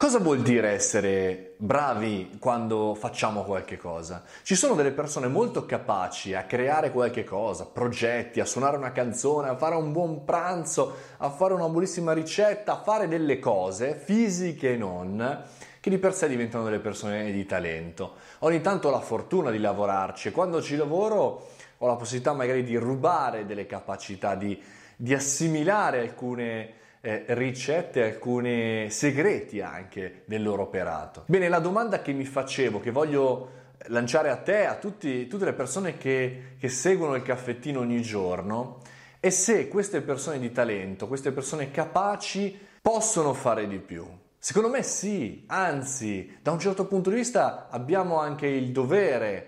Cosa vuol dire essere bravi quando facciamo qualche cosa? Ci sono delle persone molto capaci a creare qualche cosa, progetti, a suonare una canzone, a fare un buon pranzo, a fare una buonissima ricetta, a fare delle cose, fisiche e non, che di per sé diventano delle persone di talento. Ogni tanto ho la fortuna di lavorarci e quando ci lavoro ho la possibilità magari di rubare delle capacità, di assimilare alcune ricette, alcuni segreti anche del loro operato. Bene, la domanda che mi facevo, che voglio lanciare a te, a tutte le persone che seguono il caffettino ogni giorno, è se queste persone di talento, queste persone capaci possono fare di più. Secondo me sì, anzi, da un certo punto di vista abbiamo anche il dovere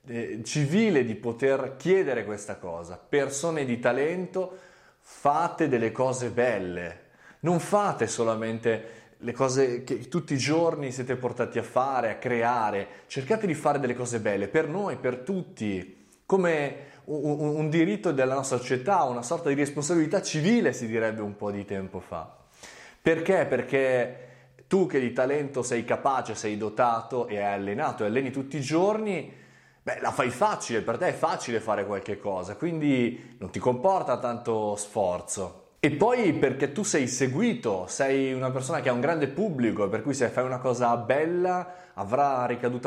civile di poter chiedere questa cosa. Persone di talento, fate delle cose belle, non fate solamente le cose che tutti i giorni siete portati a fare, a creare, cercate di fare delle cose belle per noi, per tutti, come un diritto della nostra società, una sorta di responsabilità civile si direbbe un po' di tempo fa. Perché? Perché tu che di talento sei capace, sei dotato e hai allenato e alleni tutti i giorni, beh, la fai facile, per te è facile fare qualche cosa, quindi non ti comporta tanto sforzo. E poi perché tu sei seguito, sei una persona che ha un grande pubblico, per cui se fai una cosa bella avrà ricaduta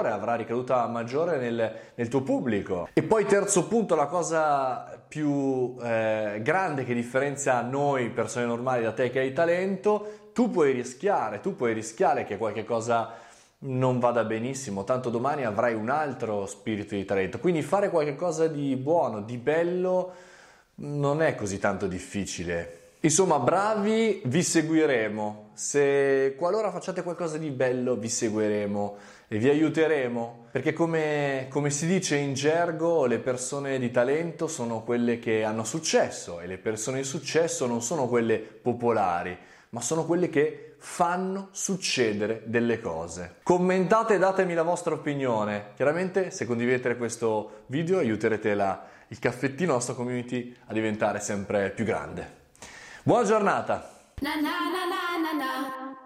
maggiore nel tuo pubblico. E poi terzo punto, la cosa più grande che differenzia noi persone normali da te che hai talento, tu puoi rischiare che qualche cosa non vada benissimo, tanto domani avrai un altro spirito di talento. Quindi fare qualche cosa di buono, di bello, non è così tanto difficile. Insomma, bravi, vi seguiremo. Se qualora facciate qualcosa di bello, vi seguiremo e vi aiuteremo. Perché come si dice in gergo, le persone di talento sono quelle che hanno successo e le persone di successo non sono quelle popolari, ma sono quelle che fanno succedere delle cose. Commentate e datemi la vostra opinione. Chiaramente, se condividete questo video, aiuterete il caffettino, la nostra community, a diventare sempre più grande. Buona giornata!